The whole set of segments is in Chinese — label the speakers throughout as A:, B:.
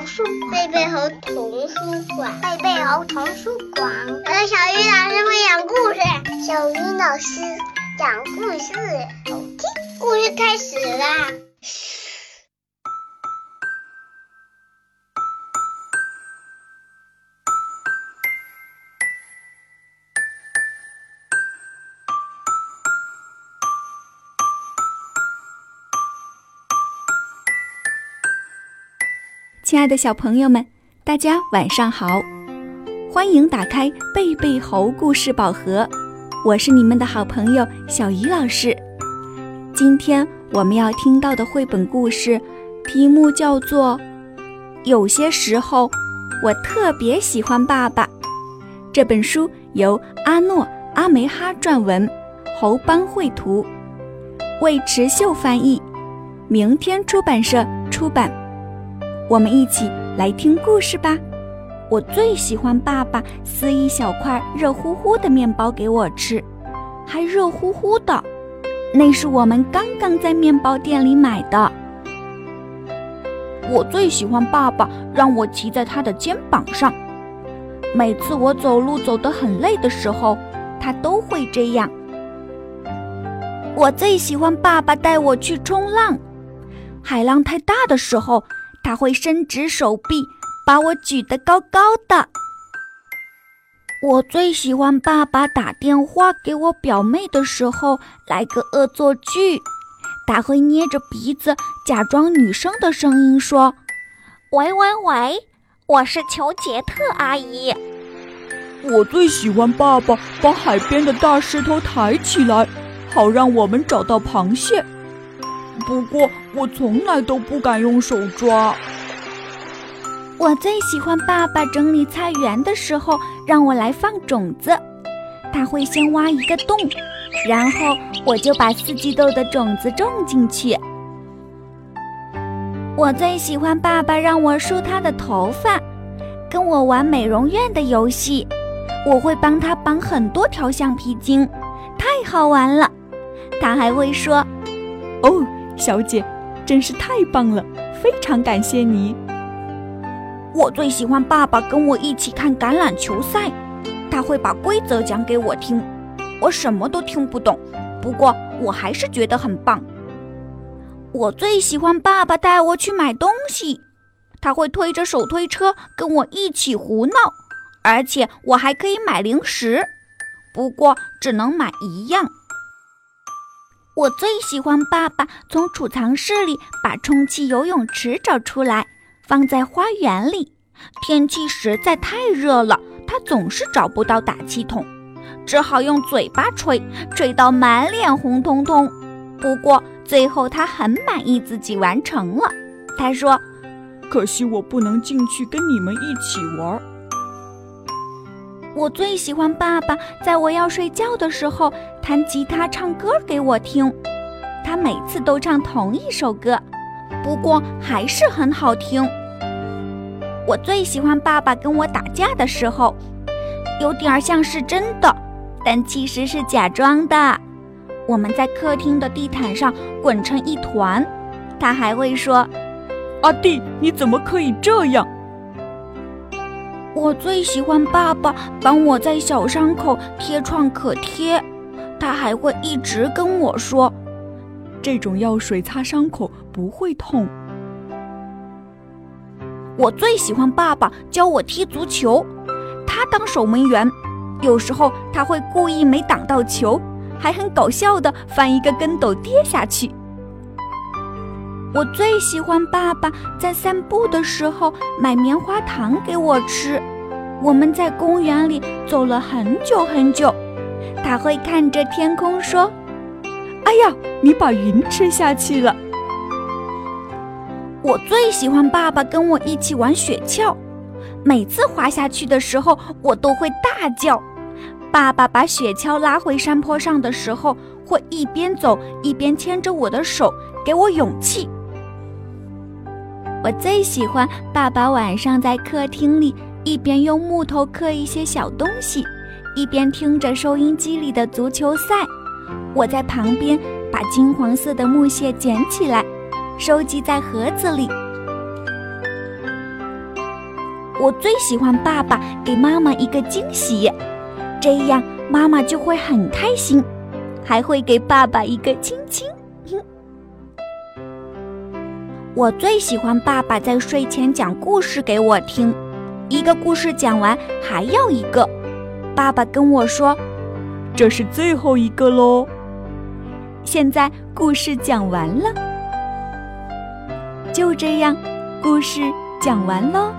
A: 书，
B: 贝贝猴童书馆，
A: 贝贝猴童书馆。
B: 我的小鱼老师会讲故事，
A: 小鱼老师讲故事，好听。
B: 故事开始啦！
C: 亲爱的小朋友们，大家晚上好，欢迎打开贝贝猴故事宝盒，我是你们的好朋友小鱼老师。今天我们要听到的绘本故事题目叫做有些时候我特别喜欢爸爸。这本书由阿诺·阿梅哈撰文，侯邦绘图，魏池秀翻译，明天出版社出版。我们一起来听故事吧。我最喜欢爸爸撕一小块热乎乎的面包给我吃，还热乎乎的，那是我们刚刚在面包店里买的。我最喜欢爸爸让我骑在他的肩膀上，每次我走路走得很累的时候，他都会这样。我最喜欢爸爸带我去冲浪，海浪太大的时候，他会伸直手臂把我举得高高的。我最喜欢爸爸打电话给我表妹的时候来个恶作剧，他会捏着鼻子假装女生的声音说：喂喂喂，我是裘杰特阿姨。
D: 我最喜欢爸爸把海边的大石头抬起来，好让我们找到螃蟹。不过我从来都不敢用手抓。
C: 我最喜欢爸爸整理菜园的时候让我来放种子，他会先挖一个洞，然后我就把四季豆的种子种进去。我最喜欢爸爸让我梳他的头发，跟我玩美容院的游戏，我会帮他绑很多条橡皮筋，太好玩了。他还会说：哦，小姐，真是太棒了，非常感谢你。我最喜欢爸爸跟我一起看橄榄球赛，他会把规则讲给我听，我什么都听不懂，不过我还是觉得很棒。我最喜欢爸爸带我去买东西，他会推着手推车跟我一起胡闹，而且我还可以买零食，不过只能买一样。我最喜欢爸爸从储藏室里把充气游泳池找出来，放在花园里。天气实在太热了，他总是找不到打气筒，只好用嘴巴吹，吹到满脸红彤彤。不过最后他很满意自己完成了。他说：
D: 可惜我不能进去跟你们一起玩。
C: 我最喜欢爸爸在我要睡觉的时候弹吉他唱歌给我听，他每次都唱同一首歌，不过还是很好听。我最喜欢爸爸跟我打架的时候，有点像是真的，但其实是假装的。我们在客厅的地毯上滚成一团，他还会说：
D: 阿弟，你怎么可以这样？
C: 我最喜欢爸爸帮我在小伤口贴创可贴，他还会一直跟我说：
D: 这种药水擦伤口不会痛。
C: 我最喜欢爸爸教我踢足球，他当守门员，有时候他会故意没挡到球，还很搞笑地翻一个跟斗跌下去。我最喜欢爸爸在散步的时候买棉花糖给我吃，我们在公园里走了很久很久，他会看着天空说：
D: 哎呀，你把云吃下去了。
C: 我最喜欢爸爸跟我一起玩雪橇，每次滑下去的时候我都会大叫。爸爸把雪橇拉回山坡上的时候，会一边走一边牵着我的手，给我勇气。我最喜欢爸爸晚上在客厅里一边用木头刻一些小东西，一边听着收音机里的足球赛。我在旁边把金黄色的木屑捡起来，收集在盒子里。 我最喜欢爸爸给妈妈一个惊喜，这样妈妈就会很开心，还会给爸爸一个亲亲。我最喜欢爸爸在睡前讲故事给我听，一个故事讲完还要一个。爸爸跟我说，
D: 这是最后一个咯。
C: 现在故事讲完了。就这样，故事讲完咯。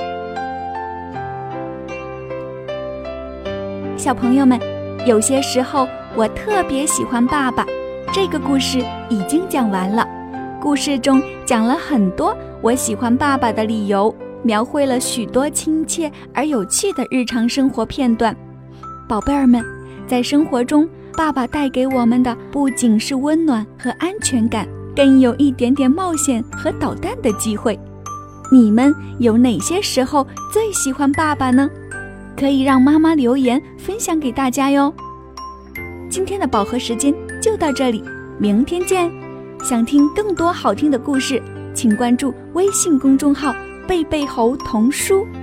C: 小朋友们，有些时候我特别喜欢爸爸。这个故事已经讲完了，故事中讲了很多我喜欢爸爸的理由，描绘了许多亲切而有趣的日常生活片段。宝贝儿们，在生活中，爸爸带给我们的不仅是温暖和安全感，更有一点点冒险和捣蛋的机会。你们有哪些时候最喜欢爸爸呢？可以让妈妈留言分享给大家哟。今天的宝盒时间就到这里，明天见。想听更多好听的故事，请关注微信公众号贝贝猴童书。